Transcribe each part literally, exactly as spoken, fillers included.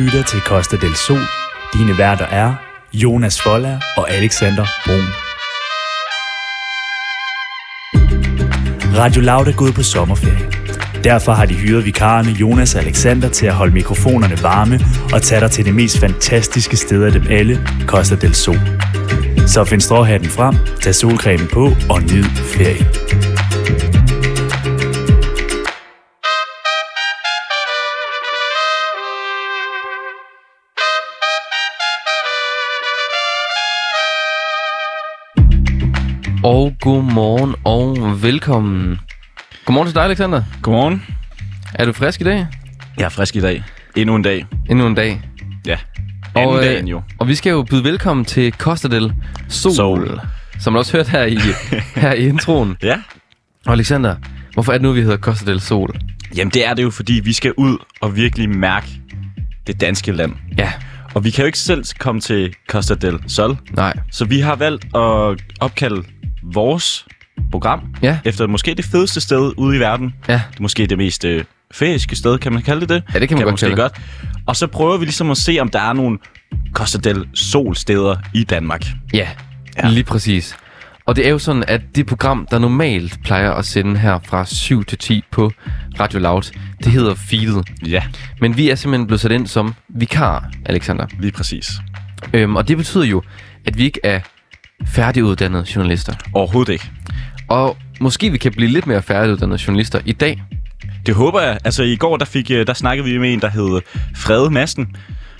lytter til Costa del Sol. Dine værter er Jonas Foller og Alexander Brun. Radio Loud er gået på sommerferie. Derfor har de hyret vikarerne Jonas og Alexander til at holde mikrofonerne varme og tage dig til det mest fantastiske sted af dem alle, Costa del Sol. Så find stråhatten frem, tag solcremen på og nyd ferien. Og godmorgen og velkommen. Godmorgen til dig, Alexander. Godmorgen. Er du frisk i dag? Jeg er frisk i dag. Endnu en dag. Endnu en dag. Ja. Anden og, dagen jo. Og vi skal jo byde velkommen til Costa del Sol, Sol. som du også hørt her i, her i introen. Ja. Og Alexander, hvorfor er det nu, vi hedder Costa del Sol? Jamen det er det jo, fordi vi skal ud og virkelig mærke det danske land. Ja. Og vi kan jo ikke selv komme til Costa del Sol. Nej. Så vi har valgt at opkalde vores program Ja. efter måske det fedeste sted ude i verden. Ja. Det er måske det mest øh, færiske sted, kan man kalde det det? Ja, det kan man godt måske kalde godt. Og så prøver vi ligesom at se, om der er nogle Costa del Sol steder i Danmark. Ja, Ja. lige præcis. Og det er jo sådan, at det program, der normalt plejer at sende her fra syv til ti på Radio Loud, det hedder Feedet. Ja, Men vi er simpelthen blevet sat ind som vikar, Alexander. lige præcis. Øhm, og det betyder jo, at vi ikke er færdiguddannede journalister. Overhovedet ikke. Og måske vi kan blive lidt mere færdiguddannede journalister i dag. Det håber jeg. Altså i går, der, fik, der snakkede vi med en, der hed Frede Madsen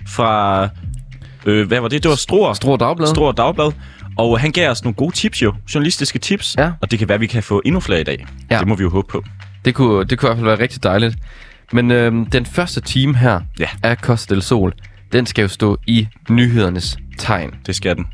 fra, øh, hvad var det? Det var Struer. Struer Dagblad. Struer Dagblad. Og han gav os nogle gode tips jo. Journalistiske tips. Ja. Og det kan være, at vi kan få endnu flere i dag. Ja. Det må vi jo håbe på. Det kunne, det kunne i hvert fald være rigtig dejligt. Men øhm, den første time her Ja. af Costa del Sol, den skal jo stå i nyhedernes tegn. Det skal den.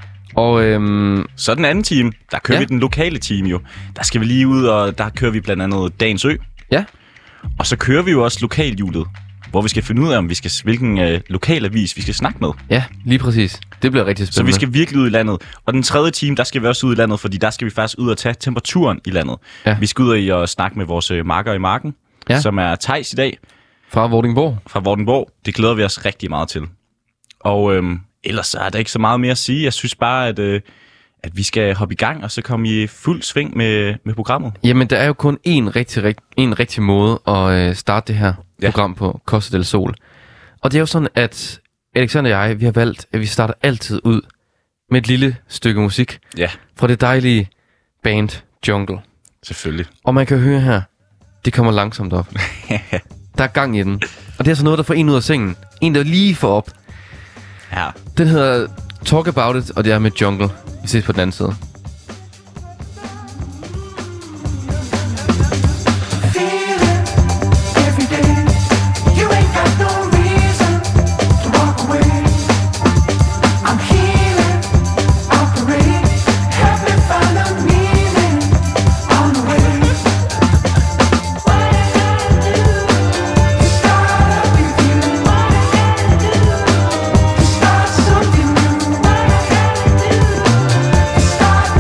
Og øhm, Så den anden time, der kører Ja. vi den lokale team jo. Der skal vi lige ud, og der kører vi blandt andet Dagens Ø. ja, Og så kører vi jo også lokalhjulet, hvor vi skal finde ud af, om vi skal, hvilken øh, lokalavis vi skal snakke med. ja, lige præcis. Det bliver rigtig Så spændende. vi skal virkelig ud i landet. Og den tredje time, der skal vi også ud i landet, fordi der skal vi faktisk ud og tage temperaturen i landet. Ja. Vi skal ud i og snakke med vores øh, marker i marken, Ja. ja. som er Theis i dag Fra Vordingborg. fra Vordingborg. Det glæder vi os rigtig meget til. Og øhm, ellers så er der ikke så meget mere at sige. Jeg synes bare, at, øh, at vi skal hoppe i gang, og så komme i fuld sving med, med programmet. Jamen, der er jo kun én rigtig, rigt, en rigtig måde at øh, starte det her Ja. program på, Costa del Sol. Og det er jo sådan, at Alexander og jeg, vi har valgt, at vi starter altid ud med et lille stykke musik Ja, fra det dejlige band Jungle. selvfølgelig. Og man kan høre her, det kommer langsomt op. Der er gang i den. Og det er så noget, der får en ud af sengen. En, der lige får op. Ja. Den hedder Talk About It, og det er med Jungle. Vi ses på den anden side. Start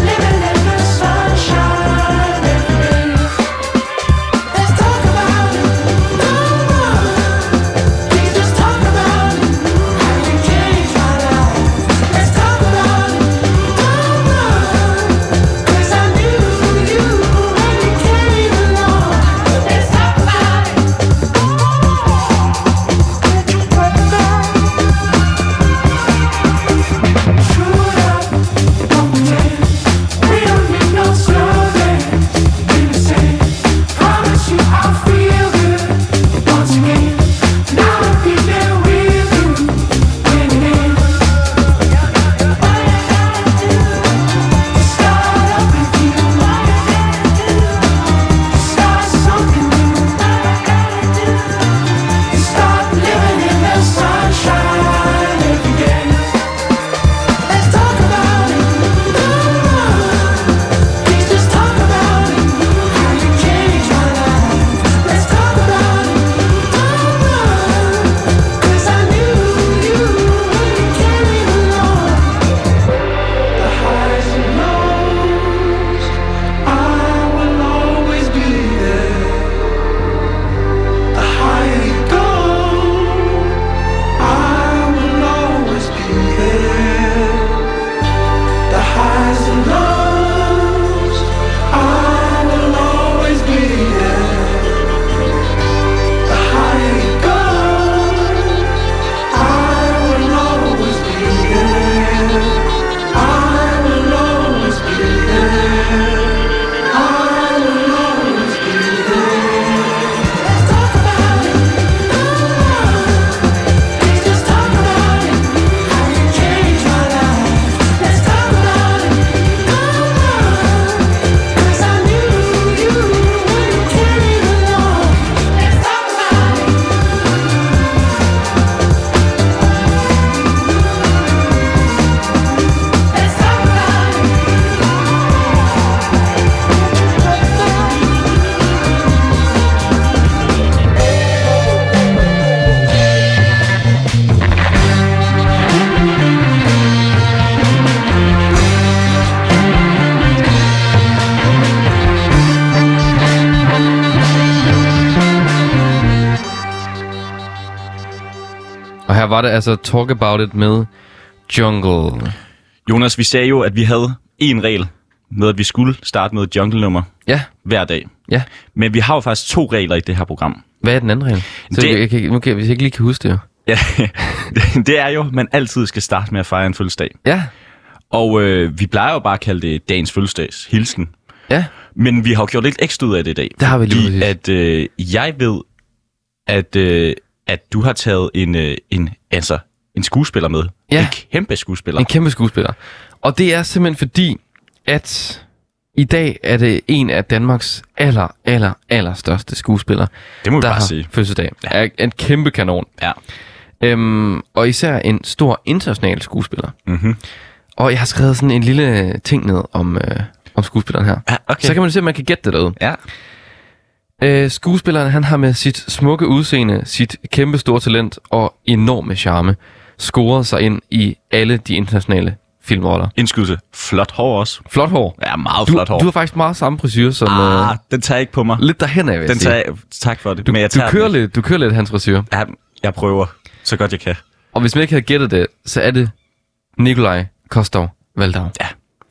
her var det altså Talk About It med Jungle. Jonas, vi sagde jo, at vi havde en regel med, at vi skulle starte med et jungle-nummer Ja, hver dag. ja. Men vi har jo faktisk to regler i det her program. Hvad er den anden regel? Så Det- jeg, jeg, kan- nu kan jeg, hvis jeg ikke lige kan huske det jo. Ja, det er jo, at man altid skal starte med at fejre en fødselsdag. Ja, Og øh, vi plejer jo bare at kalde det dagens fødselsdags hilsen. ja. Men vi har jo gjort lidt ekstra ud af det i dag. Det har vi lige fordi præcis. at øh, jeg ved, at, øh, at du har taget en, øh, en, altså, en skuespiller med. Ja. En kæmpe skuespiller. En kæmpe skuespiller. Og det er simpelthen fordi, at i dag er det en af Danmarks aller, aller, aller største skuespillere, Det må vi der bare har sige. fødselsdag. Ja. Er en kæmpe kanon. Ja. Øhm, og især en stor international skuespiller. Mm-hmm. Og jeg har skrevet sådan en lille ting ned om, øh, om skuespilleren her. Ja, okay. Så kan man se, om man kan gætte det derude. Ja. Øh, skuespilleren, han har med sit smukke udseende, sit kæmpe store talent og enorme charme scoret sig ind i alle de internationale filmroller. Indskydelse. Flot hår også. Flot hår. Ja, meget Du, flot hår. du har faktisk meget samme frisyr som... ah, øh, den tager jeg ikke på mig. lidt derhen af, vil jeg Den sige. tager jeg, tak for det. Du, men jeg du, tager kører den. lidt, du kører lidt hans frisyr. Ja, jeg prøver så godt jeg kan. Og hvis man ikke havde gættet det, så er det Nikolaj Coster-Waldau. Ja.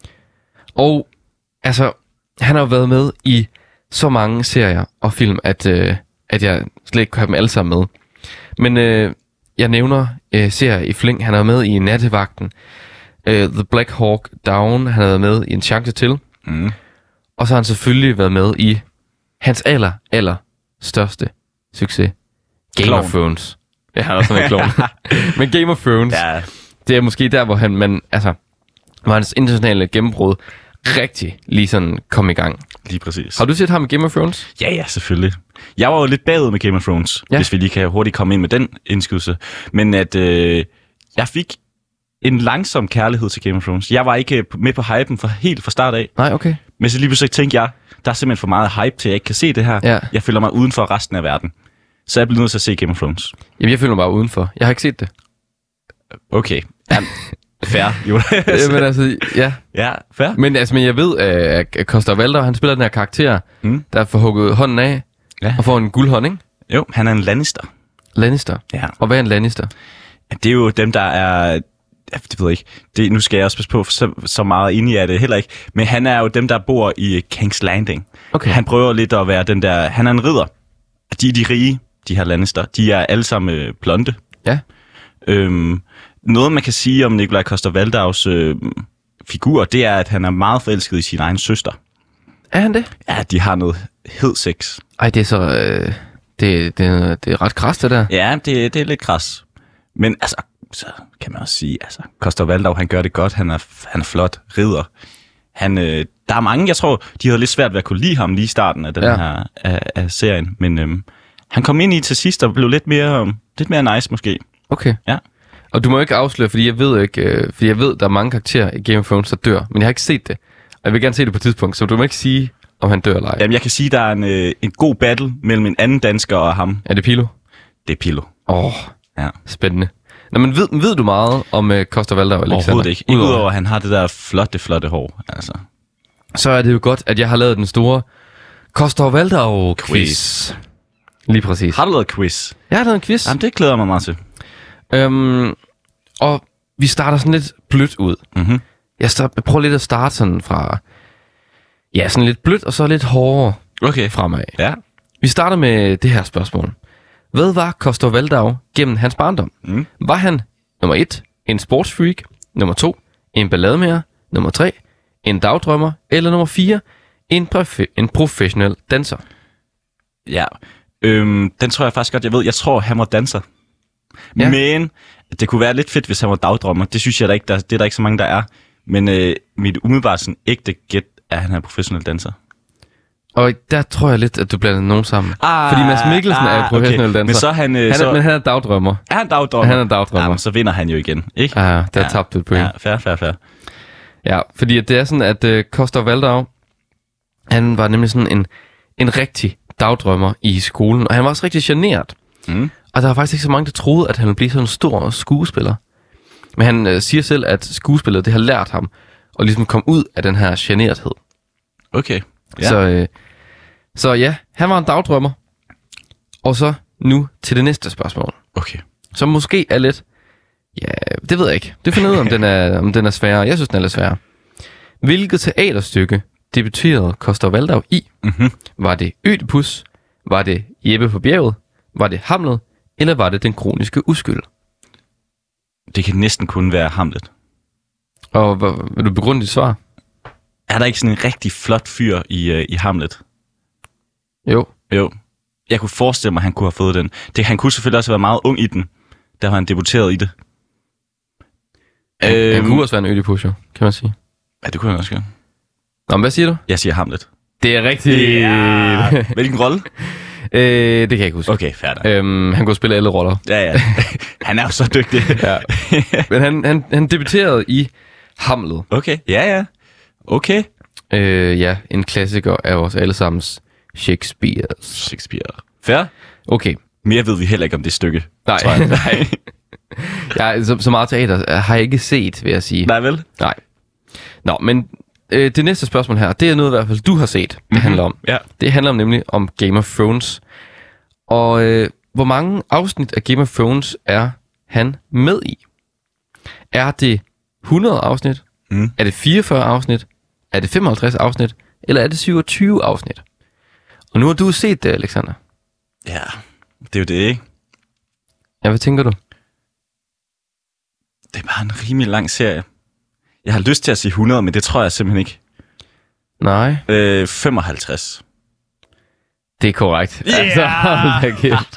Og altså, han har jo været med i så mange serier og film, at, øh, at jeg slet ikke kunne have dem alle sammen med. Men øh, jeg nævner øh, serier i flæng. Han er med i Nattevagten, øh, The Black Hawk Down. Han har været med i En Chance Til. Mm. Og så har han selvfølgelig været med i hans aller, aller største succes. Game Klovn. of Thrones. Ja, han er også en klovn. Men Game of Thrones, Ja, det er måske der, hvor han, man, altså, hvor hans internationale gennembrud rigtig lige sådan kom i gang. lige præcis. Har du set ham i Game of Thrones? Ja, ja, selvfølgelig. Jeg var jo lidt bagud med Game of Thrones, Ja. ja. hvis vi lige kan hurtigt komme ind med den indskydelse. Men at øh, jeg fik en langsom kærlighed til Game of Thrones. Jeg var ikke med på hypen fra helt fra start af. Nej, okay. Men så lige pludselig tænkte jeg, der er simpelthen for meget hype til, at jeg ikke kan se det her. Ja. Jeg føler mig uden for resten af verden. Så jeg bliver nødt til at se Game of Thrones. Jamen, jeg føler mig bare udenfor. Jeg har ikke set det. Okay. Ja, fair, Jonas. Jamen, altså, ja. Ja, fair. Men altså, men jeg ved, at Coster-Waldau, han spiller den her karakter, Mm. der får hugget hånden af, Ja. og får en guldhånd, ikke? Jo, han er en Lannister. Lannister. Ja. Og hvad er en Lannister? Det er jo dem, der er... Ja, det ved jeg ikke. Det, nu skal jeg også passe på, så, så meget inde i er det heller ikke. Men han er jo dem, der bor i King's Landing. Okay. Han prøver lidt at være den der... Han er en ridder. De er de rige, de her Lannister. De er alle sammen øh, blonde. Ja. Øhm, noget, man kan sige om Nikolaj Coster-Waldaus øh, figur, det er, at han er meget forelsket i sin egen søster. Er han det? Ja, de har noget hed sex. Ej, det er så... Øh, det, det, det er ret krast, det der. Ja, det, det er lidt kras. Men altså, så kan man også sige, altså, Coster-Waldau, han gør det godt. Han er, han er flot ridder. Han, øh, der er mange, jeg tror, de havde lidt svært ved at kunne lide ham lige i starten af den Ja. her af, af serien. Men øhm, han kom ind i til sidst og blev lidt mere, um, lidt mere nice måske. Okay. Ja. Og du må ikke afsløre, fordi jeg ved ikke, øh, fordi jeg ved, der er mange karakterer i Game of Thrones, der dør, men jeg har ikke set det. Og jeg vil gerne se det på et tidspunkt, så du må ikke sige, om han dør eller ej. Jamen, jeg kan sige, der er en, øh, en god battle mellem en anden dansker og ham. Er det Pilo? Det er Pilo. Åh, oh, Ja. spændende. Nå, men ved, ved du meget om uh, Coster-Waldau, Alexander? Overhovedet ikke. Ikke udover, at han har det der flotte, flotte hår. Altså. Så er det jo godt, at jeg har lavet den store Coster-Waldau-quiz. Lige præcis. Har du lavet quiz? Jeg har lavet en quiz. Jamen, det glæder jeg mig meget til. Øhm, og vi starter sådan lidt blødt ud. Mm-hmm. Jeg, start, jeg prøver lidt at starte sådan fra... Ja, sådan lidt blødt, og så lidt hårdere Okay. fremad. Ja. Vi starter med det her spørgsmål. Hvad var Coster-Waldau gennem hans barndom? Mm. Var han nummer et, en sportsfreak, nummer to, en ballademager, nummer tre, en dagdrømmer, eller nummer fire, en, profe- en professionel danser? Ja. Øhm, den tror jeg faktisk godt, jeg ved. Jeg tror, han var danser. Ja. Ja. Men det kunne være lidt fedt, hvis han var dagdrømmer. Det synes jeg da ikke, der, det er der ikke så mange, der er. Men øh, mit umiddelbart sådan ægte gæt er, at han er professionel danser. Og der tror jeg lidt, at du blander nogen sammen. Ah, Fordi Mads Mikkelsen er jo professionel okay. danser. Men så er han... Øh, Han er, så, men han er dagdrømmer. er han dagdrømmer? Han er dagdrømmer. Jamen, så vinder han jo igen, ikke? Ah, der Ja. tabte du et point. Ja, fair, fair, fair. Ja, fordi at det er sådan, at uh, Coster-Waldau, han var nemlig sådan en, en rigtig dagdrømmer i skolen, og han var også rigtig genert. Mm. Og der var faktisk ikke så mange, der troede, at han ville blive sådan en stor skuespiller. Men han uh, siger selv, at skuespillet, det har lært ham at ligesom komme ud af den her generethed. Okay. Ja. Så, uh, så ja, han var en dagdrømmer. Og så nu til det næste spørgsmål. Okay. som måske er lidt... Ja, det ved jeg ikke. Det finder ud af, om den er, om den er sværere. Jeg synes, den er lidt sværere. Hvilket teaterstykke debuterede Coster Waldau i? Mm-hmm. Var det Ødipus? Var det Jeppe på bjerget? Var det Hamlet? Eller var det Den kroniske uskyld? Det kan næsten kun være Hamlet. Og hvad, vil du begrunde dit svar? Er der ikke sådan en rigtig flot fyr i, uh, i Hamlet? Jo. Jo. Jeg kunne forestille mig, at han kunne have fået den. Det, han kunne selvfølgelig også være meget ung i den, da han debuterede i det. Han, øhm, han kunne også være en Ødipus, jo, kan man sige. Ja, det kunne han også gøre. Nå, men hvad siger du? Jeg siger Hamlet. Det er rigtigt. Yeah. Hvilken rolle? øh, det kan jeg ikke huske. Okay, færdig. Øhm, han kunne spille alle roller. Ja, ja. Han er jo så dygtig. Ja. Men han, han, han debuterede i Hamlet. Okay, ja, ja. Okay. Øh, ja, en klassiker af vores allesammens Shakespeare. Shakespeare. Fair. Okay. Mere ved vi heller ikke om det stykke. Nej, nej. Ja, så, så meget teater har jeg ikke set, vil jeg sige. Nej, vel? Nej. Nå, men øh, det næste spørgsmål her, det er noget i hvert fald, du har set, det mm-hmm. handler om. Ja. Det handler om nemlig om Game of Thrones. Og øh, hvor mange afsnit af Game of Thrones er han med i? Er det hundrede afsnit? Mm. Er det fireogfyrre afsnit? Er det femoghalvtreds afsnit? Eller er det syvogtyve afsnit? Og nu har du set det, Alexander. Ja, det er jo det, ikke? Ja, hvad tænker du? Det er bare en rimelig lang serie. Jeg har lyst til at sige hundrede, men det tror jeg simpelthen ikke. Nej. Øh, femoghalvtreds. Det er korrekt. Yeah! Altså, hold da kæft.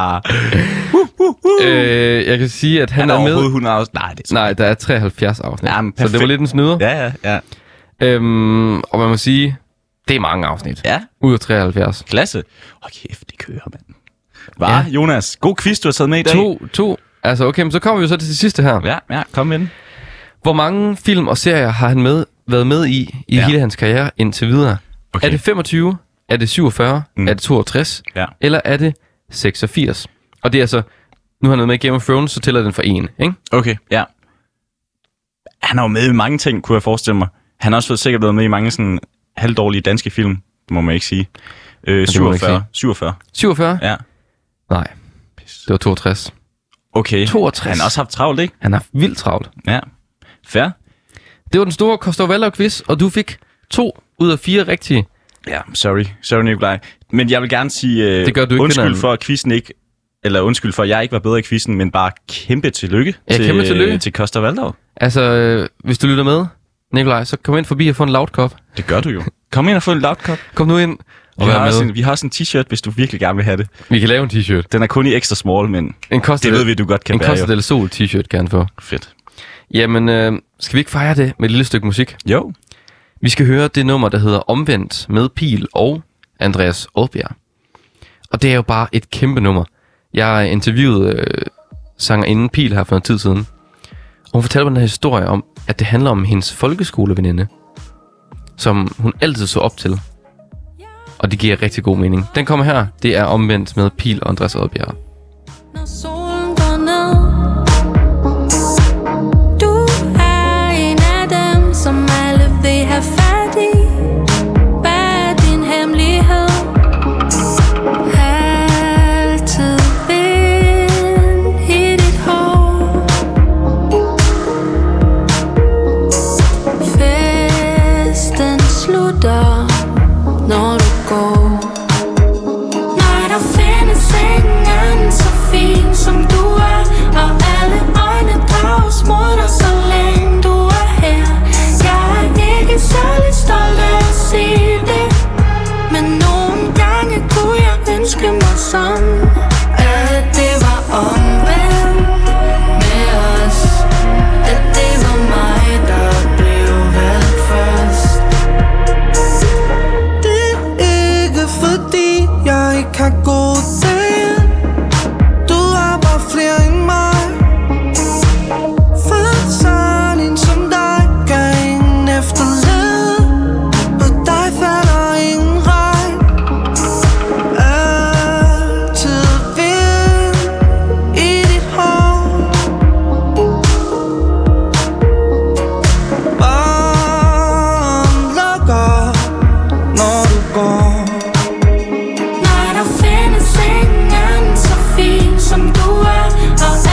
øh, jeg kan sige, at han, Han er, er med... overhovedet hundrede afsnit. Nej, det er Nej, der er treoghalvfjerds afsnit. Jamen, så det var lidt en snyder. Ja, ja, ja. Øhm, og man må sige, det er mange afsnit. Ja, Ud af treoghalvfjerds. klasse. Åh, kæft, det kører, mand. Hvad, Ja. Jonas? God quiz, du har taget med i dag. To, to. Altså, okay, men så kommer vi jo så til det sidste her. Ja, ja, kom med den. Hvor mange film og serier har han med, været med i, i Ja. hele hans karriere indtil videre? Okay. Er det femogtyve? Er det syvogfyrre? Mm. Er det toogtres? Ja. Eller er det seksogfirs? Og det er altså, nu har han været med i Game of Thrones, så tæller den for en, ikke? Okay, ja. Han har jo med i mange ting, kunne jeg forestille mig. Han har også sikkert været med i mange sådan halvdårlige danske film, må man ikke sige. Øh, må man ikke syvogfyrre. syvogfyrre. syvogfyrre? Ja. Nej, det var toogtres. Okay. toogtres. Han har også haft travlt, ikke? Han har vildt travlt. Ja. Fair. Det var den store Coster Waldau-quiz, og du fik to ud af fire rigtige. Ja, sorry. Sorry, Nikolaj. Men jeg vil gerne sige øh, Det gør du ikke, undskyld finder- for, at quizzen ikke... Eller undskyld for, at jeg ikke var bedre i quizzen, men bare kæmpe tillykke Ja, til, kæmpe tillykke. til Coster Waldau. Altså, øh, hvis du lytter med, Nikolaj, så kom ind forbi og få en loud kop. Det gør du jo. Kom ind og få en loud cup. Kom nu ind og Vi har, vær også med. en, vi har også en t-shirt, hvis du virkelig gerne vil have det. Vi kan lave en t-shirt. Den er kun i extra small, men En Costa det ved vi, du godt kan en bære. Costa jo. del Sol t-shirt gerne få. Fedt. Jamen, øh, skal vi ikke fejre det med et lille stykke musik? Jo. Vi skal høre det nummer, der hedder Omvendt med Pil og Andreas Odbjerg. Og det er jo bare et kæmpe nummer. Jeg interviewede øh, sangerinden Pil her for en tid siden. Og hun fortalte mig den her historie om, at det handler om hendes folkeskoleveninde, som hun altid så op til. Og det giver rigtig god mening. Den kommer her. Det er Omvendt med Pil og Andreas Odbjerg. Når solen går ned, du er en af dem, som alle vil have fat i. Hvad er din hemmelighed? Altid vind i dit hår. Festen slutter, når du går. Nej, der findes ingen anden så fin som du er. Og alle øjne drages mod dig, så længe du er her. Jeg er ikke særlig stolt af at sige det, men nogle gange kunne jeg ønske mig sådan, at det var omvendt med os. At det var mig, der blev valgt først. Det er ikke fordi jeg ikke har gode dage. Du har bare flere end mig. For sådan en som dig gør ingen efterlad. På dig falder ingen regn. Altid vind i dit hår. Barn lukker, når du går. Nej, der findes ingen anden så fin som du er. Og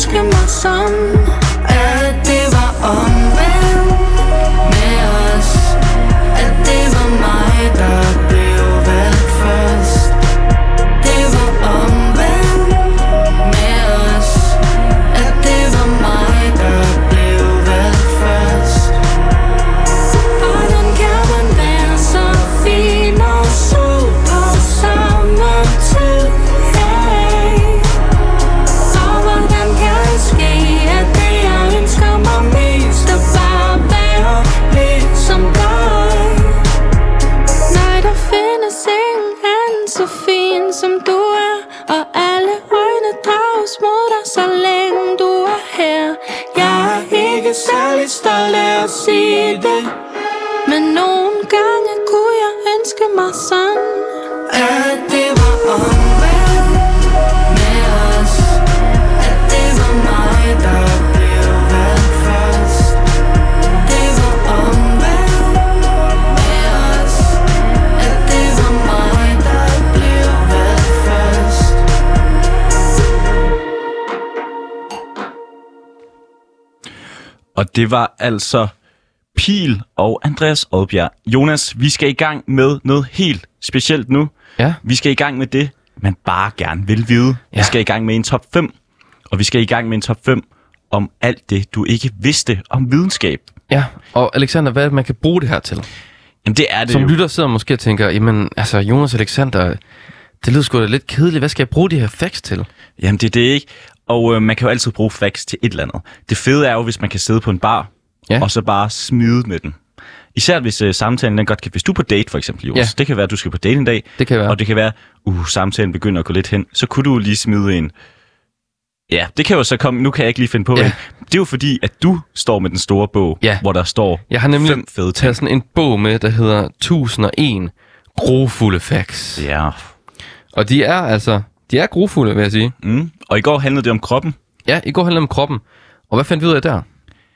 ønske mig sådan, at det var omvendt med os. At det var mig, der blev valgt først. Det var omvendt med os. At det var mig, der blev valgt først. Hvordan kan man være så fin og sød på samme tid? Hey. Og hvordan kan det ske, at det jeg ønsker mig mest er bare være lidt som dig? Nej, der findes ingen anden så fin som du er, og alle øjne drages mod dig, så længe du er her. Jeg er ikke særlig stolt af at sige det, men nogle gange kunne jeg ønske mig sådan, at det var omvendt med os. At det var mig, der blev valgt først. Det var omvendt med os. At det var mig, der blev valgt først. Og det var altså Pil og Andreas Odbjerg. Jonas, vi skal i gang med noget helt specielt nu. Ja. Vi skal i gang med det, man bare gerne vil vide. Ja. Vi skal i gang med en top fem, og vi skal i gang med en top fem om alt det, du ikke vidste om videnskab. Ja, og Alexander, hvad er det, man kan bruge det her til? Jamen det er det Som jo. lytter sidder måske og tænker, jamen, altså, Jonas Alexander, det lyder sgu da lidt kedeligt. Hvad skal jeg bruge de her facts til? Jamen det er det ikke. Og øh, man kan jo altid bruge facts til et eller andet. Det fede er jo, hvis man kan sidde på en bar, Ja. og så bare smide med den. Især hvis øh, samtalen den godt kan... Hvis du er på date for eksempel, Jonas. Ja. Det kan være, at du skal på date en dag. Det kan være. Og det kan være, uh, samtalen begynder at gå lidt hen. Så kunne du lige smide en... Ja, det kan jo så komme... Nu kan jeg ikke lige finde på Ja. en. Det er jo fordi, at du står med den store bog, Ja. hvor der står Jeg har nemlig fem fede ting. taget sådan en bog med, der hedder tusind og en grofulde facts. Ja. Og de er altså, de er grofulde, vil jeg sige. Mm. Og i går handlede det om kroppen. Ja, i går handlede det om kroppen. Og hvad fandt vi ud af der?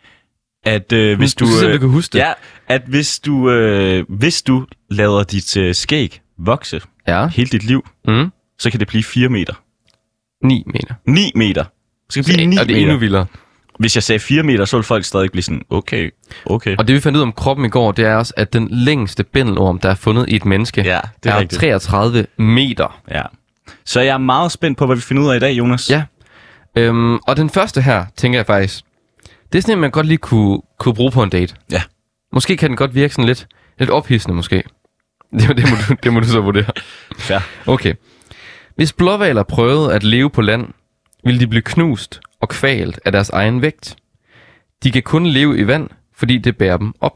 At øh, hvis Du du... skal se, om øh, du kan huske det. Ja, at hvis du, øh, hvis du lader dit øh, skæg vokse Ja. hele dit liv, Mm. så kan det blive fire meter. ni meter. ni meter. Så kan det blive ni Og det er endnu meter. vildere. Hvis jeg sagde fire meter, så ville folk stadig blive sådan, okay, okay. Og det vi fandt ud af om kroppen i går, det er også, at den længste bændelorm, der er fundet i et menneske, Ja, det er er rigtigt. treogtredive meter. Ja. Så jeg er meget spændt på, hvad vi finder ud af i dag, Jonas. Ja. Øhm, og den første her, tænker jeg faktisk, det er sådan en, man godt lige kunne, kunne bruge på en date. Ja. Måske kan den godt virke sådan lidt, lidt ophidsende måske. Det, det, må du, det må du så vurdere. Fair. Okay. Hvis blåhvaler prøvede at leve på land, ville de blive knust og kvalt af deres egen vægt. De kan kun leve i vand, fordi det bærer dem op.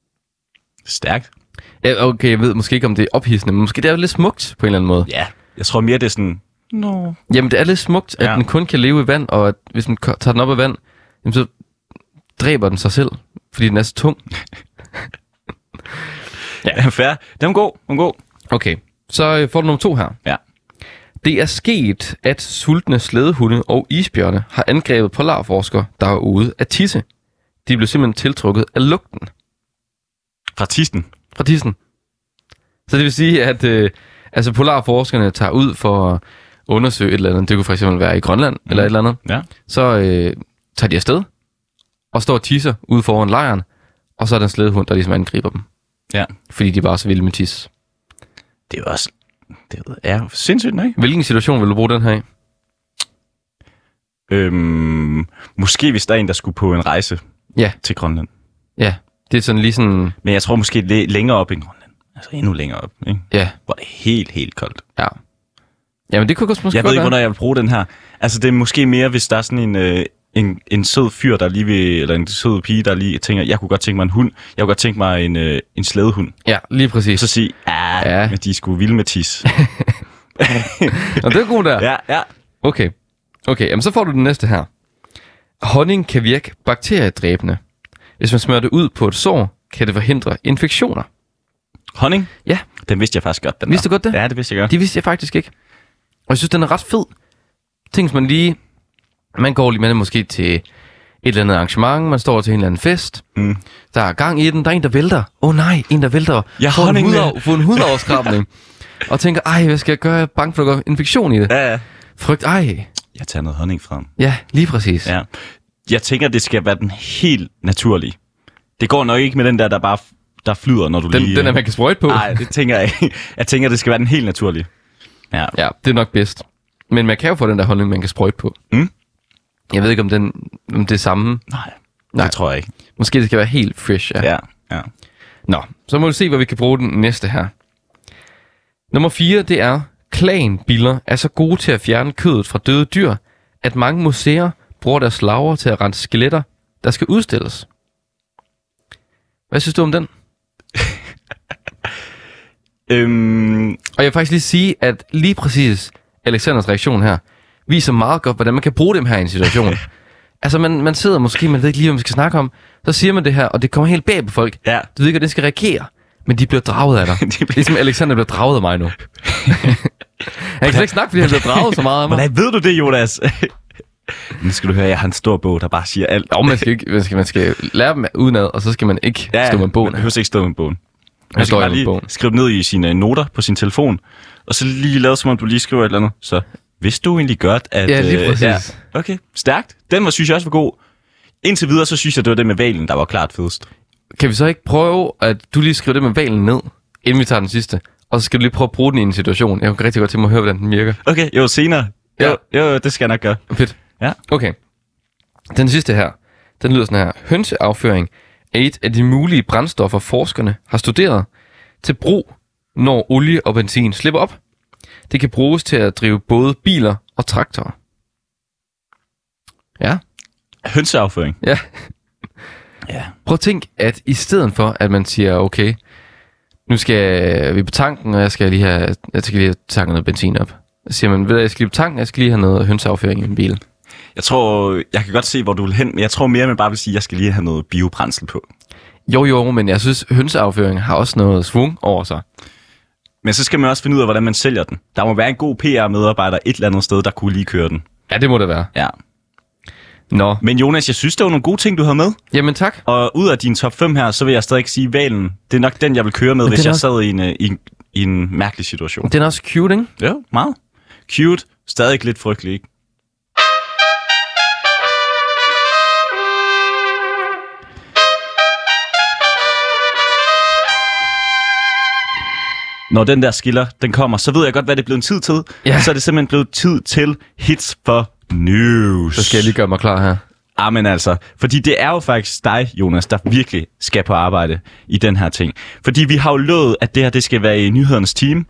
Stærkt. Ja, okay, jeg ved måske ikke, om det er ophidsende, men måske det er lidt smukt på en eller anden måde. Ja. Jeg tror mere, det er sådan, no. Jamen, det er lidt smukt, at Ja. den kun kan leve i vand, og at hvis man ko- tager den op af vand, jamen, så dræber den sig selv, fordi den er så tung. Ja, fair. Den er god, den er god. Okay, så øh, får du nummer to her. Ja. Det er sket, at sultne slædehunde og isbjørne har angrebet polarforskere, der var ude at tisse. De blev simpelthen tiltrukket af lugten Fra tisten. fra tissen. Så det vil sige, at øh, altså polarforskerne tager ud for at undersøge et eller andet. Det kunne for eksempel være i Grønland mm. eller et eller andet. Ja. Så øh, tager de afsted og står og tisser ude foran lejren, og så er der en slædehund, der ligesom angriber dem. Ja. Fordi de bare er så vilde med tis. Det er jo også... Det er jo sindssygt, ikke? Hvilken situation vil du bruge den her i? Øhm, måske hvis der er en, der skulle på en rejse Ja. til Grønland. Ja, det er sådan lige sådan... Men jeg tror måske læ- længere op i Grønland. Altså endnu længere op, ikke? Ja, Hvor det er helt, helt koldt. ja. Jamen det kunne måske Jeg ved godt ikke, være. hvornår jeg vil bruge den her. Altså, det er måske mere, hvis der er sådan en, øh, en, en sød fyr, der lige vil, eller en sød pige, der lige tænker, jeg kunne godt tænke mig en hund. Jeg kunne godt tænke mig en, øh, en slædehund. Ja, lige præcis. Så sige, ah, Ja. ja. Men de er sgu vilde med tis. Og det er god der. ja, ja. Okay. Okay, jamen så får du den næste her. Honning kan virke bakteriedræbende. Hvis man smører det ud på et sår, kan det forhindre infektioner. Honning? Ja. Den vidste jeg faktisk godt. Den Vidste der. du godt det? Ja, det vidste jeg godt. Det vidste jeg faktisk ikke. Og jeg synes, den er ret fed. Tænk, hvis man lige... Man går lige med måske til et eller andet arrangement. Man står til en eller anden fest. Mm. Der er gang i den. Der er en, der vælter. Åh oh, nej, en, der vælter. Jeg har Får en, honning med. hud, får en hudoverskrabning. Og tænker, ej, hvad skal jeg gøre? Jeg er bange for, at der går infektion i det. Ja, ja. Frygt, ej. Jeg tager noget honning frem. Ja, lige præcis. Ja. Jeg tænker, det skal være den helt naturlige. Det går nok ikke med den der, der bare der flyder, når du den, lige... Den er, man kan sprøjte på. Nej, det tænker jeg ikke. Jeg tænker, det skal være den helt naturlige. Ja. Ja, det er nok bedst. Men man kan jo få den der honning, man kan sprøjte på. Mm. Jeg ved ikke, om, den, om det er samme. Nej, Nej, det tror jeg ikke. Måske det skal være helt fresh, ja. Ja, ja. Nå, så må vi se, hvor vi kan bruge den næste her. Nummer fire, det er, klanbiller er så gode til at fjerne kødet fra døde dyr, at mange museer bruger deres larver til at rense skeletter, der skal udstilles. Hvad synes du om den? Øhm... Og jeg vil faktisk lige sige, at lige præcis Alexanders reaktion her, viser meget godt, hvordan man kan bruge dem her i en situation. Altså, man, man sidder måske, man ved ikke lige, hvad man skal snakke om, så siger man det her, og det kommer helt bag på folk. Ja. Du ved ikke, at det skal reagere, men de bliver draget af dig. de bliver... Ligesom Alexander bliver draget af mig nu. Jeg kan slet ikke snakke, fordi han bliver draget så meget af mig. Hvordan ved du det, Jonas? Nu skal du høre, jeg har en stor bog, der bare siger alt. Jo, man skal, ikke, man skal, man skal lære dem udenad, og så skal man ikke ja, stå med bogen. Man behøver ikke stå med bogen. Man skal bare lige bogen. Skrive ned i sine noter på sin telefon, og så lige lade som om du lige skriver et eller andet. Så vidste du egentlig godt, at... Ja, lige præcis. Øh, ja. Okay, stærkt. Den var, synes jeg også var god. Indtil videre, så synes jeg, det var det med valen, der var klart fedest. Kan vi så ikke prøve, at du lige skriver det med valen ned, inden vi tager den sidste? Og så skal du lige prøve at bruge den i en situation. Jeg kan rigtig godt tænke mig at høre, hvordan den virker. Okay, jo, senere. Jo, ja. jo det skal jeg nok gøre. Fedt. Ja. Okay. Den sidste her, den lyder sådan her. Hønseafføring er et af de mulige brændstoffer, forskerne har studeret til brug, når olie og benzin slipper op. Det kan bruges til at drive både biler og traktorer. Ja. Hønseafføring? Ja. Ja. Prøv at tænk, at i stedet for, at man siger, okay, nu skal vi på tanken, og jeg skal lige have, jeg skal lige have tanket noget benzin op. Så siger man, ved du, jeg skal lige på tanken, jeg skal lige have noget hønseafføring i min bil. Jeg tror, jeg kan godt se, hvor du vil hen, men jeg tror mere, at man bare vil sige, at jeg skal lige have noget biobrændsel på. Jo, jo, men jeg synes, hønseafføring har også noget svung over sig. Men så skal man også finde ud af, hvordan man sælger den. Der må være en god P R-medarbejder et eller andet sted, der kunne lige køre den. Ja, det må det være. Ja. Nå. Men Jonas, jeg synes, det var nogle gode ting, du havde med. Jamen tak. Og ud af din top fem her, så vil jeg stadig sige, valen, det er nok den, jeg vil køre med, hvis jeg også... sad i en, i, en, i en mærkelig situation. Den er også cute, ikke? Ja, meget. Cute. Stadig lidt frygtelig, ikke? Når den der skiller, den kommer, så ved jeg godt, hvad det er blevet en tid til. Ja. Så er det simpelthen blevet tid til Hits for News. Så skal jeg lige gøre mig klar her. Amen altså. Fordi det er jo faktisk dig, Jonas, der virkelig skal på arbejde i den her ting. Fordi vi har jo lovet, at det her det skal være i nyhedernes team.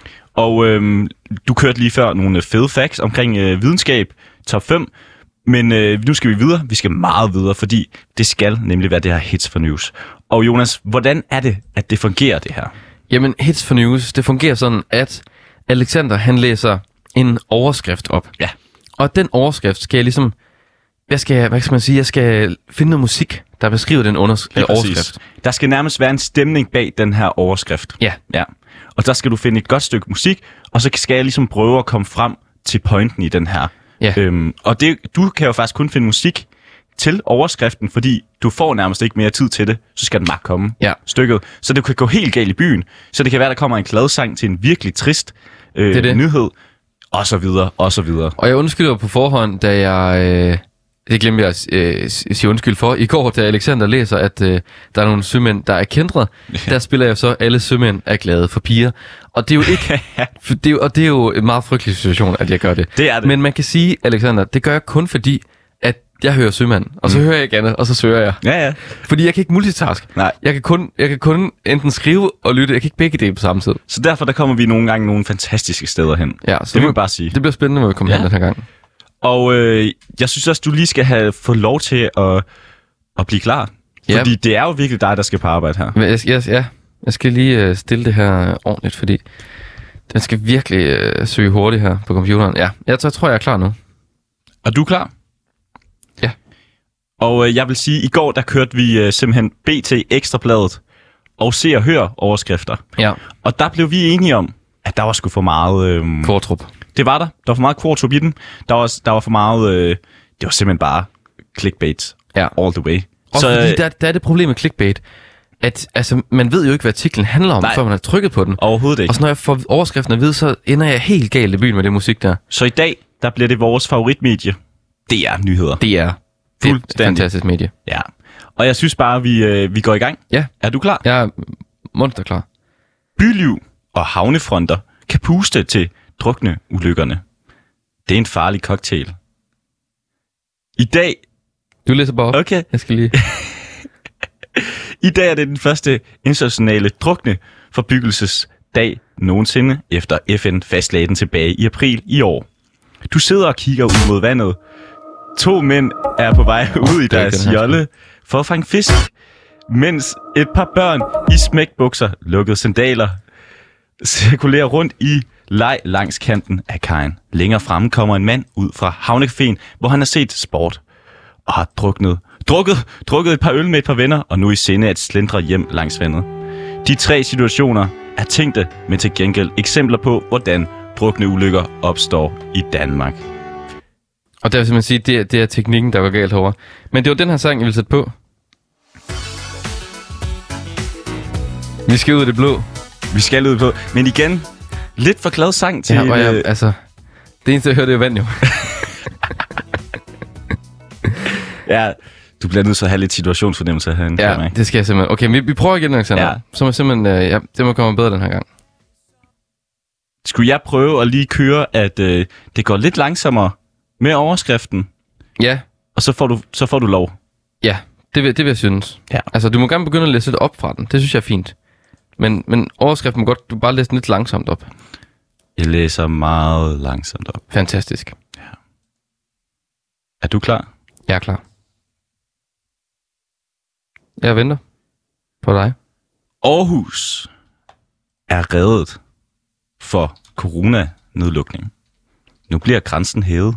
Og øhm, du kørte lige før nogle fede facts omkring øh, videnskab, top fem. Men øh, nu skal vi videre. Vi skal meget videre, fordi det skal nemlig være det her Hits for News. Og Jonas, hvordan er det, at det fungerer, det her? Jamen, Hits for News, det fungerer sådan, at Alexander, han læser en overskrift op. Ja. Og den overskrift skal jeg ligesom... Jeg skal, hvad skal man sige? Jeg skal finde noget musik, der beskriver den under, øh, overskrift. Der skal nærmest være en stemning bag den her overskrift. Ja. Ja. Og der skal du finde et godt stykke musik, og så skal jeg ligesom prøve at komme frem til pointen i den her. Ja. Øhm, og det, du kan jo faktisk kun finde musik til overskriften, fordi du får nærmest ikke mere tid til det, så skal den bare komme, Ja. stykket. Så det kan gå helt galt i byen. Så det kan være, der kommer en kladsang til en virkelig trist øh, Det er det. nyhed, og så videre, og så videre. Og jeg undskylder på forhånd, da jeg... Øh, det glemte jeg at øh, sige undskyld for. I går, da Alexander læser, at øh, der er nogle sømænd, der er kæntret, ja. Der spiller jeg så, alle sømænd er glade for piger. Og det er jo ikke... for det er jo, og det er jo en meget frygtelig situation, at jeg gør det. Det er det. Men man kan sige, Alexander, det gør jeg kun fordi, at jeg hører sømand, og så mm. hører jeg ikke andet, og så søger jeg. Ja, ja. Fordi jeg kan ikke multitask. Nej. Jeg kan kun, jeg kan kun enten skrive og lytte. Jeg kan ikke begge dele på samme tid. Så derfor der kommer vi nogle gange nogle fantastiske steder hen. Ja, så det vil jeg bare sige. Det bliver spændende, når vi kommer Ja. hen den her gang. Og øh, jeg synes også, du lige skal have fået lov til at, at blive klar. Ja. Fordi det er jo virkelig dig, der skal på arbejde her. Men jeg, jeg, ja, jeg skal lige øh, stille det her ordentligt, fordi den skal virkelig øh, søge hurtigt her på computeren. Ja, jeg, jeg tror, jeg er klar nu. Er du klar? Ja. Og øh, jeg vil sige, at i går der kørte vi øh, simpelthen B T Ekstrabladet og Se og Hør overskrifter. Ja. Og der blev vi enige om, at der var sgu for meget... Øh, Kvartrup. det var der. Der var for meget kvartrup i den. Der var, der var for meget... Øh, det var simpelthen bare clickbait Ja. all the way. Og så, fordi der, der er det problem med clickbait, at altså, man ved jo ikke, hvad artiklen handler om, Nej. før man har trykket på den. Overhovedet ikke. Og så når jeg får overskriften at vide, så ender jeg helt galt i byen med det musik der. Så i dag, der bliver det vores favoritmedie. Det er nyheder. Det er det er et fantastisk medie. Ja. Og jeg synes bare, vi, øh, vi går i gang. Ja. Er du klar? Jeg er monsterklar. Byliv og havnefronter kan puste til drukne ulykkerne. Det er en farlig cocktail. I dag... Du læser bare op. Okay. Jeg skal lige... I dag er det den første internationale drukne forebyggelsesdag nogensinde, efter F N fastlagde den tilbage i april i år. Du sidder og kigger ud mod vandet. To mænd er på vej ud i deres jolle for at fange fisk, mens et par børn i smækbukser, lukkede sandaler, cirkulerer rundt i leg langs kanten af kajen. Længere fremme kommer en mand ud fra havnecaféen, hvor han har set sport og har druknet, drukket, drukket et par øl med et par venner, og nu i sinde at slendre hjem langs vandet. De tre situationer er tænkte, men til gengæld eksempler på, hvordan drukne ulykker opstår i Danmark. Og der vil simpelthen sige, det er, det er teknikken, der går galt herovre. Men det var den her sang, jeg ville sætte på. Vi skal ud i det blå. Vi skal ud på, men igen, lidt for glad sang til... Ja, og jeg, altså, det eneste, jeg hørte, det er vand jo. Ja, du bliver nødt til at have lidt situationsfornemmelse herinde. Ja, det skal jeg simpelthen. Okay, vi, vi prøver igen, Alexander. Ja. Så må simpelthen, øh, ja, det må komme bedre den her gang. Skulle jeg prøve at lige køre, at øh, det går lidt langsommere med overskriften? Ja. Og så får du, så får du lov? Ja, det vil, det vil jeg synes. Ja. Altså, du må gerne begynde at læse lidt op fra den. Det synes jeg er fint. Men, men overskriften må godt, du bare læse den lidt langsomt op. Jeg læser meget langsomt op. Fantastisk. Ja. Er du klar? Jeg er klar. Jeg venter på dig. Aarhus er reddet for coronanedlukning. Nu bliver grænsen hævet.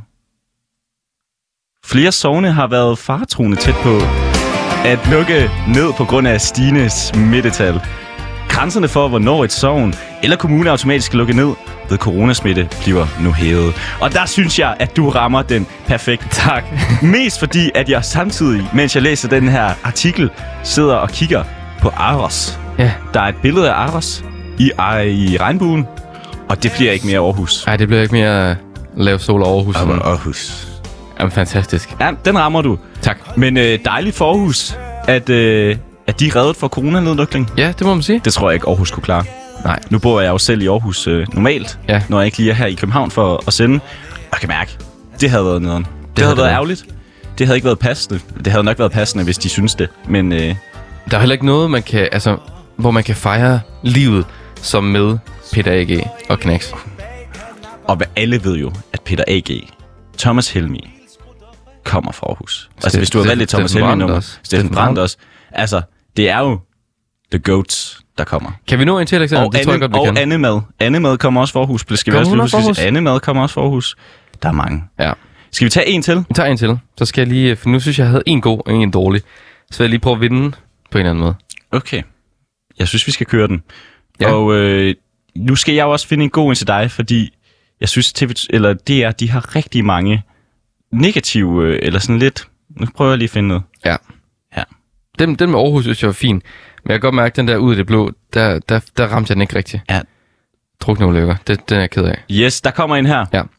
Flere sogne har været faretruende tæt på at lukke ned på grund af stigende smittetal. Grænserne for, hvornår et sogn eller kommune automatisk skal lukke ned ved coronasmitte, bliver nu hævet. Og der synes jeg, at du rammer den perfekt. Tak. Mest fordi, at jeg samtidig, mens jeg læser den her artikel, sidder og kigger på Aros. Ja. Der er et billede af Aros i, i regnbuen, og det bliver ikke mere Aarhus. Nej, det bliver ikke mere lav sol over Aarhus. Jamen, Aarhus. Jamen, fantastisk. Ja, den rammer du. Tak. Men øh, dejligt for Aarhus, at, øh, at de er reddet for coronanedlukning. Ja, det må man sige. Det tror jeg ikke, Aarhus kunne klare. Nej. Nu bor jeg jo selv i Aarhus øh, normalt, ja. når jeg ikke lige er her i København for at sende. Og jeg kan mærke, det havde været nederen. Det, det havde været det. ærgerligt. Det havde ikke været passende. Det havde nok været passende, hvis de synes det. Men øh... der er heller ikke noget, man kan, altså, hvor man kan fejre livet som med Peter A G og Knacks. Og hvad alle ved jo, at Peter A G, Thomas Helmig, kommer fra Aarhus. Ste- altså hvis du har valgt et Thomas Helmig-nummer, Steffen Brandt også. Altså, det er jo The Goats, der kommer. Kan vi nå en til, Alexander? Og, det tror jeg godt, vi og kan. Annemad. Annemad kommer også fra Aarhus. Skal vi også lige huske, Annemad kommer også fra Aarhus. Der er mange. Ja. Skal vi tage en til? Vi tager en til. Så skal jeg lige, for nu synes jeg, jeg havde en god og en dårlig. Så vil jeg lige prøve at vinde på en eller anden måde. Okay. Jeg synes, vi skal køre den. Ja. Og øh, nu skal jeg også finde en god en til dig, fordi jeg synes, T V, eller D R, de har rigtig mange negative, øh, eller sådan lidt... Nu prøver jeg lige at finde noget. Ja. Ja. Den, den med Aarhus synes jeg var fin. Men jeg kan godt mærke, den der ud i det blå, der, der, der ramte jeg den ikke rigtigt. Ja. Drukne ulykker. Det, den er jeg ked af. Yes, der kommer en her. Ja.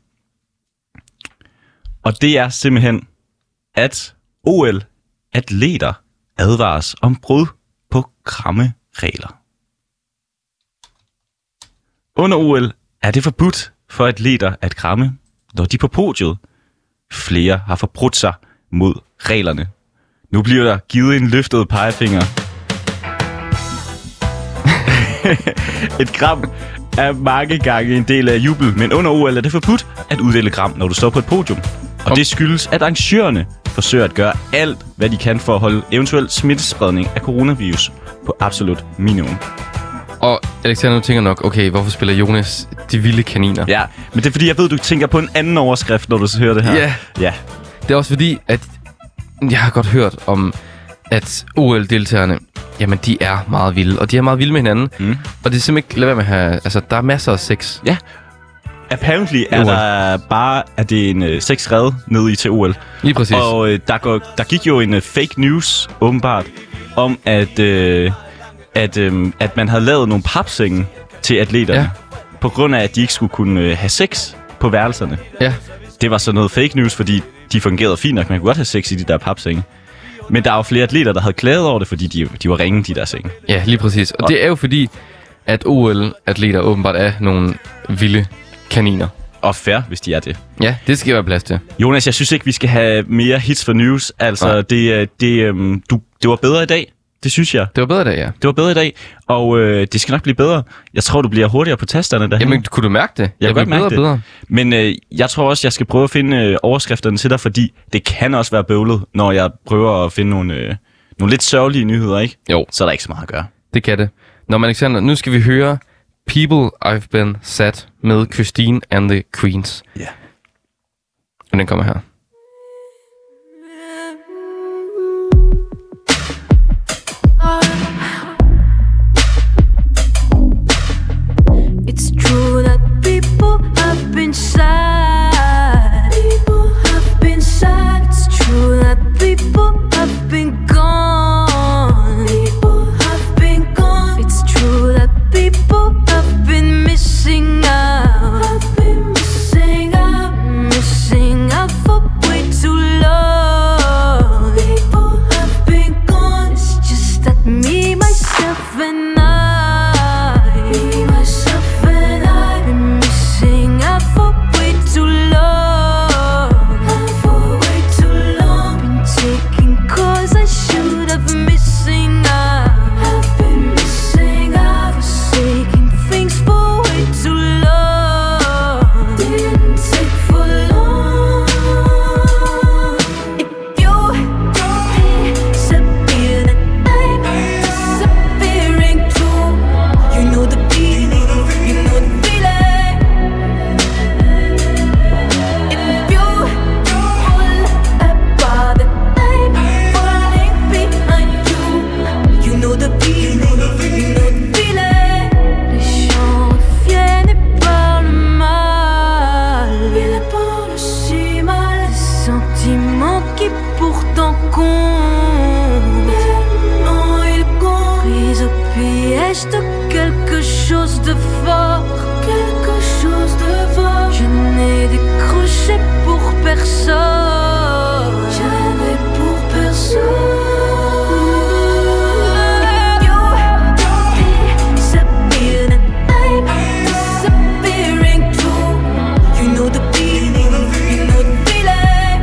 Og det er simpelthen, at O L-atleter advares om brud på krammeregler. Under O L er det forbudt for atleter at kramme, når de er på podiet. Flere har forbrudt sig mod reglerne. Nu bliver der givet en løftet pegefinger. Et kram er mange gange en del af jubel, men under O L er det forbudt at uddele kram, når du står på et podium. Og det skyldes, at arrangørerne forsøger at gøre alt, hvad de kan for at holde eventuel smittespredning af coronavirus på absolut minimum. Og Alexander, du tænker nok, okay, hvorfor spiller Jonas de vilde kaniner? Ja, men det er fordi, jeg ved, du tænker på en anden overskrift, når du så hører det her. Ja. Ja. Det er også fordi, at jeg har godt hørt om, at O L-deltagerne, jamen de er meget vilde, og de er meget vilde med hinanden. Mm. Og det er simpelthen ikke lad være med at have, altså der er masser af sex. Ja. Apparently er der bare, at det er en uh, sexred nede i til O L. Lige præcis. Og uh, der, går, der gik jo en uh, fake news, åbenbart, om at, uh, at, um, at man havde lavet nogle papsenge til atleterne. Ja. På grund af, at de ikke skulle kunne uh, have sex på værelserne. Ja. det var så noget fake news, fordi de fungerede fint nok. Man kunne godt have sex i de der papsenge. Men der er jo flere atleter, der havde klaget over det, fordi de, de var ringe, de der senge. Ja, lige præcis. Og, og det er jo fordi, at O L-atleter åbenbart er nogle vilde kaniner. Og fair, hvis de er det. Ja, det skal være plads til. Jonas, jeg synes ikke, vi skal have mere hits for news. Altså, det, det, øhm, du, det var bedre i dag. Det synes jeg. Det var bedre i dag, ja. Det var bedre i dag, og øh, det skal nok blive bedre. Jeg tror, du bliver hurtigere på tasterne derhen. Jamen, kunne du mærke det? Jeg, jeg kan godt mærke bedre, det. bedre. Men øh, jeg tror også, jeg skal prøve at finde øh, overskrifterne til dig, fordi det kan også være bøvlet, når jeg prøver at finde nogle, øh, nogle lidt sørgelige nyheder, ikke? Jo. Så er der ikke så meget at gøre. Det kan det. Nå, men Alexander, nu skal vi høre People I've Been Sad med Christine and the Queens. Ja. Og den kommer her. It's true that people have been sad. People have been sad. It's true that people have been gone. People have been gone. It's true that people have been missing out. Have been missing out. Missing out for way too long. People have been gone. It's just that me, myself, and I. Me, myself, and I. Been missing out for way too long. For way too long. Been taking calls I should have missing out. Have been missing out. Forsaking things for way too long. Didn't take for long. If you disappear, then I'm disappearing too. You know the feeling, you know the feeling. If you pull apart, then I'm falling behind you. You know the feeling, you know the feeling. Les gens reviennent et parlent mal. Ils parlent si mal. Des sentiments qui pourtant comptent. Tellement ils comptent. Pris au piège de quelque chose de fort. Quelque chose de fort. Je n'ai décroché pour personne. Jamais pour personne. You disappear, then I'm disappearing too. You know the feeling, you know the feeling.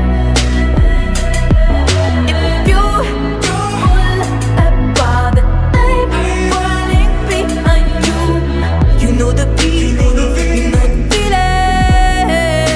If you pull apart, then I'm falling behind you. You know the feeling, you know the feeling.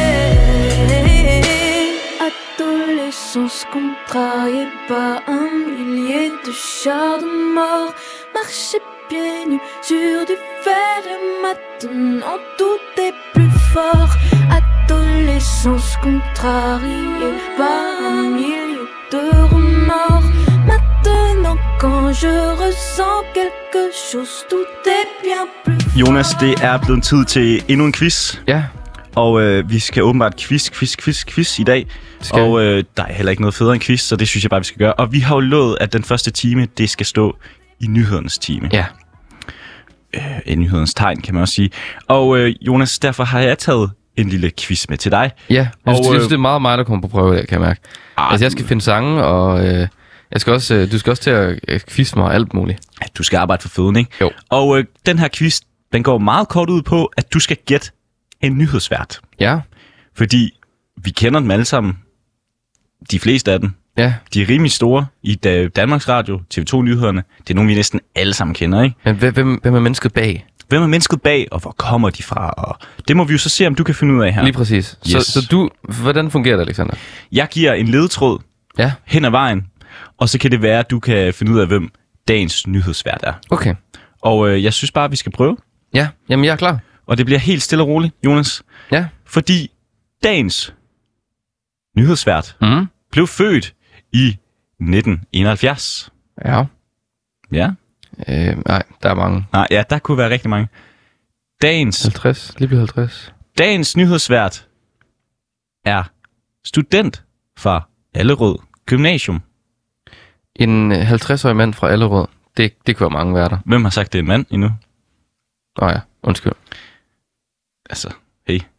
Adolescence contrariée par un millier de chars de mort. Marcher pieds nus sur du fer et maintenant tout est plus fort. Adolescence contrariée par un millier de remords. Maintenant quand je ressens quelque chose, tout est bien plus fort. Jonas, det er blevet tid til endnu en quiz. Ja, Og øh, vi skal åbenbart quiz, quiz, quiz, quiz i dag. Skal Og øh, der er heller ikke noget federe end quiz, så det synes jeg bare, vi skal gøre. Og vi har jo lovet, at den første time, det skal stå i nyhedernes time. ja. Øh, i nyhedernes tegn, kan man også sige. Og øh, Jonas, derfor har jeg taget en lille quiz med til dig. Ja, jeg Og, synes, jeg synes, øh, det er meget mig, der kommer på prøve der, kan jeg mærke. Ah, Altså, jeg skal finde sange, og øh, jeg skal også, øh, du skal også til at øh, quizze mig og alt muligt. at du skal arbejde for føden, ikke? Jo. Og øh, den her quiz, den går meget kort ud på, at du skal gætte en nyhedsvært. Ja, Fordi vi kender dem alle sammen. De fleste af dem. ja. De er rimelig store i Da- Danmarks Radio, T V to-nyhederne. Det er nogle, vi næsten alle sammen kender, ikke? Men hvem, hvem, hvem er mennesket bag? Hvem er mennesket bag, og hvor kommer de fra? Og det må vi jo så se, om du kan finde ud af her. Lige præcis. Så, Yes. så du, hvordan fungerer det, Alexander? Jeg giver en ledetråd Ja, hen ad vejen, og så kan det være, at du kan finde ud af, hvem dagens nyhedsvært er. okay. Og øh, jeg synes bare, at vi skal prøve. Ja, jamen jeg er klar. Og det bliver helt stille og roligt, Jonas. Ja. Fordi dagens nyhedsvært Mm. blev født i nitten enoghalvfjerds. Ja. Ja. Øh, nej, der er mange. Nej, ja, der kunne være rigtig mange. Dagens, halvtreds, lige blevet halvtreds. dagens nyhedsvært er student fra Allerød Gymnasium. En øh, halvtreds-årig mand fra Allerød. Det, det kunne være mange værter. Hvem har sagt, det er en mand endnu? Åh oh ja, undskyld. Altså, hey.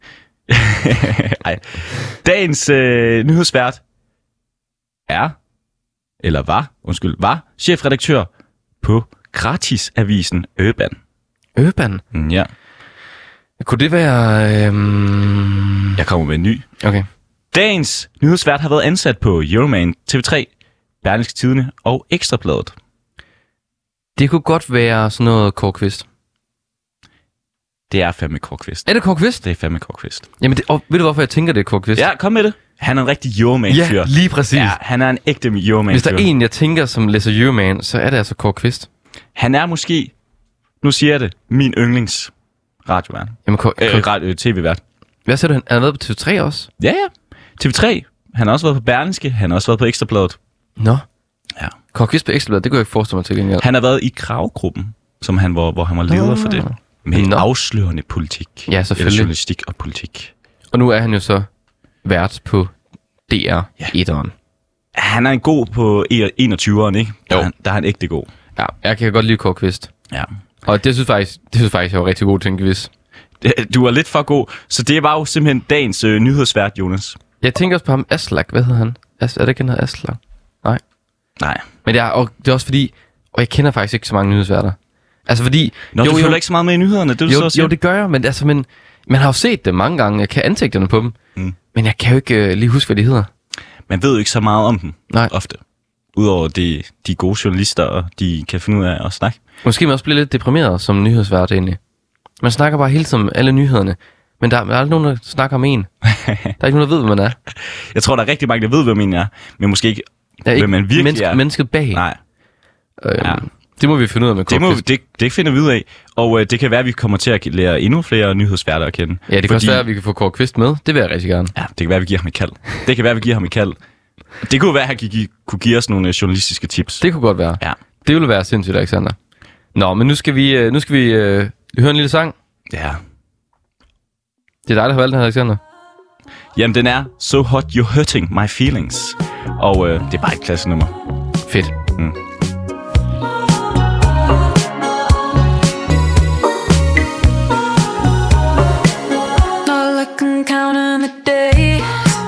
Ej. Dagens øh, nyhedsvært er, eller var, undskyld, var chefredaktør på gratisavisen Urban. Urban? Mm, ja. Kunne det være... Øhm... Jeg kommer med en ny. Okay. Dagens nyhedsvært har været ansat på Euroman, T V tre, Berlingske Tidende og Ekstrabladet. Det kunne godt være sådan noget Kåre Kvist. Det er fandme Kåre Kvist. Er det Kåre Kvist? Det er fandme Kåre Kvist. Jamen, det, og ved du, hvorfor jeg tænker, det er Kåre Kvist? Ja, kom med det. Han er en rigtig Euroman-fyr. Ja, lige præcis. Ja, han er en ægte Euroman-fyr. Hvis der er en, jeg tænker, som læser Euroman, så er det altså Kåre Kvist. Han er måske, nu siger jeg det, min yndlings radiovært. Jamen, Kåre, Øh, Kåre, radio, tv-vært. hvad siger du? Han har været på T V tre også? Ja, ja. T V tre. Han har også været på Berlingske. Han har også været på Ekstrabladet. Nå. Ja. Kåre Kvist på Ekstrabladet, det kunne jeg ikke forestille mig til gengæld. Han har været i Kravgruppen, som han var, hvor han var leder for det. Med Nå. afslørende politik. Ja, selvfølgelig. Eller journalistik og politik. Og nu er han jo så vært på D R etteren. Han er en god på enogtyveren, ikke? Der, Jo. er han, der er han ægte god. Ja, jeg kan godt lide Kåre Kvist. Ja. Og det synes faktisk, det synes faktisk jeg var rigtig god til en quiz. Du er lidt for god. Så det var jo simpelthen dagens øh, nyhedsvært, Jonas. Jeg tænker også på ham, Aslak. Hvad hedder han? As- er det ikke, han hedder Aslak? Nej. Nej. Men det er, og det er også fordi, og jeg kender faktisk ikke så mange nyhedsværter. Altså fordi... Nå, jo, du jo, følger ikke så meget med i nyhederne, det er du så jo, også jo, det gør jeg, men altså, men, man har jo set det mange gange. Jeg kan ansigterne på dem. Mm. Men jeg kan jo ikke uh, lige huske, hvad de hedder. Man ved jo ikke så meget om dem, Nej. ofte. Udover de, de gode journalister, og de kan finde ud af at snakke. Måske man også bliver lidt deprimeret som nyhedsvært egentlig. Man snakker bare hele tiden om alle nyhederne. Men der, der er aldrig nogen, der snakker om en. Der er ikke nogen, der ved, hvad man er. Jeg tror, der er rigtig mange, der ved, hvem man er, men måske ikke, Der er ikke hvem man virkelig menneske, er. mennesket bag. Nej, Øhm, Ja. Det må vi finde ud af med det, Kåre må, Kvist. det, det finder vi ud af. Og øh, det kan være, at vi kommer til at lære endnu flere nyhedsværter at kende. Ja, det kan også være, at vi kan få Kåre Kvist med. Det vil jeg rigtig gerne. Ja, det kan være, at vi giver ham et kald. Det kan være, at vi giver ham et kald. Det kunne være, at han gi- kunne give os nogle øh, journalistiske tips. Det kunne godt være. Ja. Det ville være sindssygt, Alexander. Nå, men nu skal vi, øh, nu skal vi øh, høre en lille sang. Ja. Det er dig, der har valgt den her, Alexander. Jamen, den er So Hot You're Hurting My Feelings. Og øh, det er bare et klasse nummer. Fedt. Mm. Not like I'm counting the days,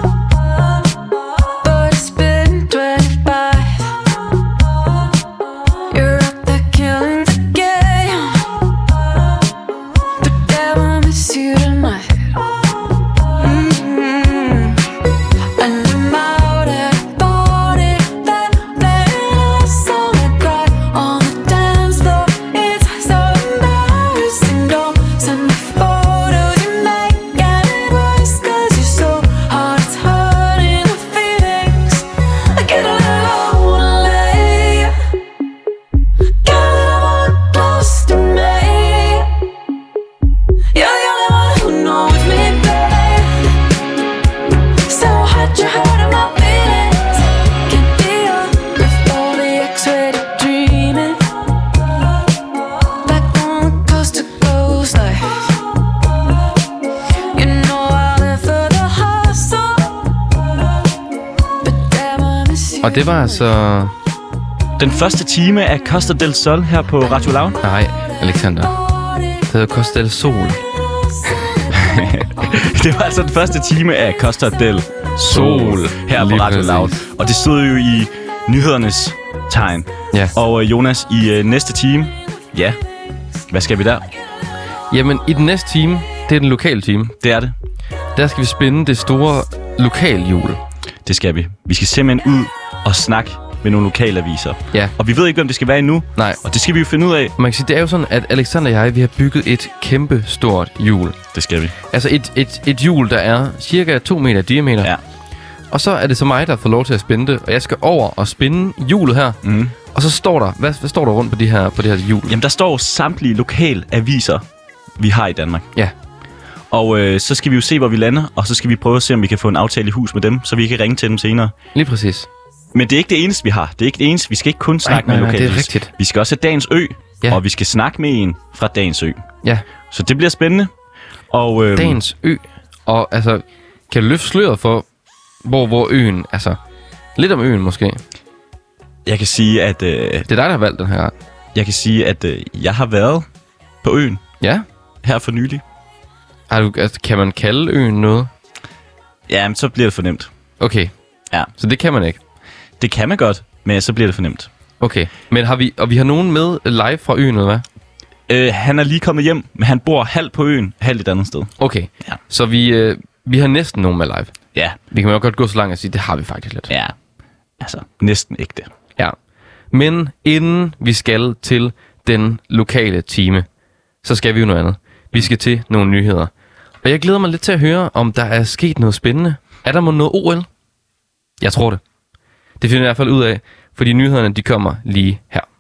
but it's been twenty-five. You're up there killing the game, but damn, I miss you tonight. Mm-hmm. And I'm out at a party that playing a song I cry on the dance floor. It's so embarrassing. Don't send me photos you make it worse, 'cause you're so hard, it's hurting the feelings. I get a little lonely, get a little more close to me. You're the only one who knows me, babe. So hot, you're hurting my feelings. Can't be on with all the X-rated dreaming. Back on the coast to coast life. You know I live for the hustle, but damn, I miss you. Og det var altså... Den første time af Costa del Sol her på Radio Loud. Nej, Alexander. Det hedder Costa del Sol. Det var altså den første time af Costa del Sol Sol. her på Lige Radio præcis. Loud. Og det stod jo i nyhedernes tegn. Ja. Og øh, Jonas, i øh, næste time, ja, hvad skal vi der? Jamen, i den næste time, det er den lokale time. Det er det. Der skal vi spænde det store lokalhjul. Det skal vi. Vi skal simpelthen ud og snakke med nogle lokalaviser. Ja. Og vi ved ikke, hvem det skal være endnu. Nej. Og det skal vi jo finde ud af. Man kan sige, det er jo sådan, at Alexander og jeg, vi har bygget et kæmpe stort hjul. Det skal vi. Altså et, et, et hjul, der er cirka to meter i diameter. Ja. Og så er det så mig, der får lov til at spænde det. Og jeg skal over og spænde hjulet her. Mm. Og så står der, hvad, hvad står der rundt på, de her, på det her hjul? Jamen, der står samtlige lokalaviser, vi har i Danmark. Ja. Og øh, så skal vi jo se, hvor vi lander. Og så skal vi prøve at se, om vi kan få en aftale i hus med dem, så vi kan ringe til dem senere. Lige præcis. Men det er ikke det eneste, vi har. Det er ikke det eneste. Vi skal ikke kun snakke nej, med nej, det er lokalavis. rigtigt. Vi skal også have Dagens Ø, Ja. og vi skal snakke med en fra Dagens Ø. Ja. Så det bliver spændende. Og, øhm, Dagens Ø. Og altså, kan du løfte sløret for, hvor, hvor øen, altså, lidt om øen måske. jeg kan sige, at øh, Det er dig, der har valgt den her. jeg kan sige, at øh, jeg har været på øen Ja. her for nylig. Har du, altså, kan man kalde øen noget? Ja, men så bliver det for nemt. Okay. Ja. Så det kan man ikke? Det kan man godt, men så bliver det for nemt. Okay. Men har vi, og vi har nogen med live fra øen, eller hvad? Øh, han er lige kommet hjem, men han bor halvt på øen, halvt et andet sted. Okay. Ja. Så vi, øh, vi har næsten nogen med live. Ja. Vi kan jo godt gå så langt og sige, det har vi faktisk lidt. Ja. Altså, næsten ægte. Ja. Men inden vi skal til den lokale time, så skal vi jo noget andet. Vi skal til nogle nyheder. Og jeg glæder mig lidt til at høre, om der er sket noget spændende. Er der noget O L? Jeg tror det. Det finder jeg i hvert fald ud af, fordi nyhederne de kommer lige her.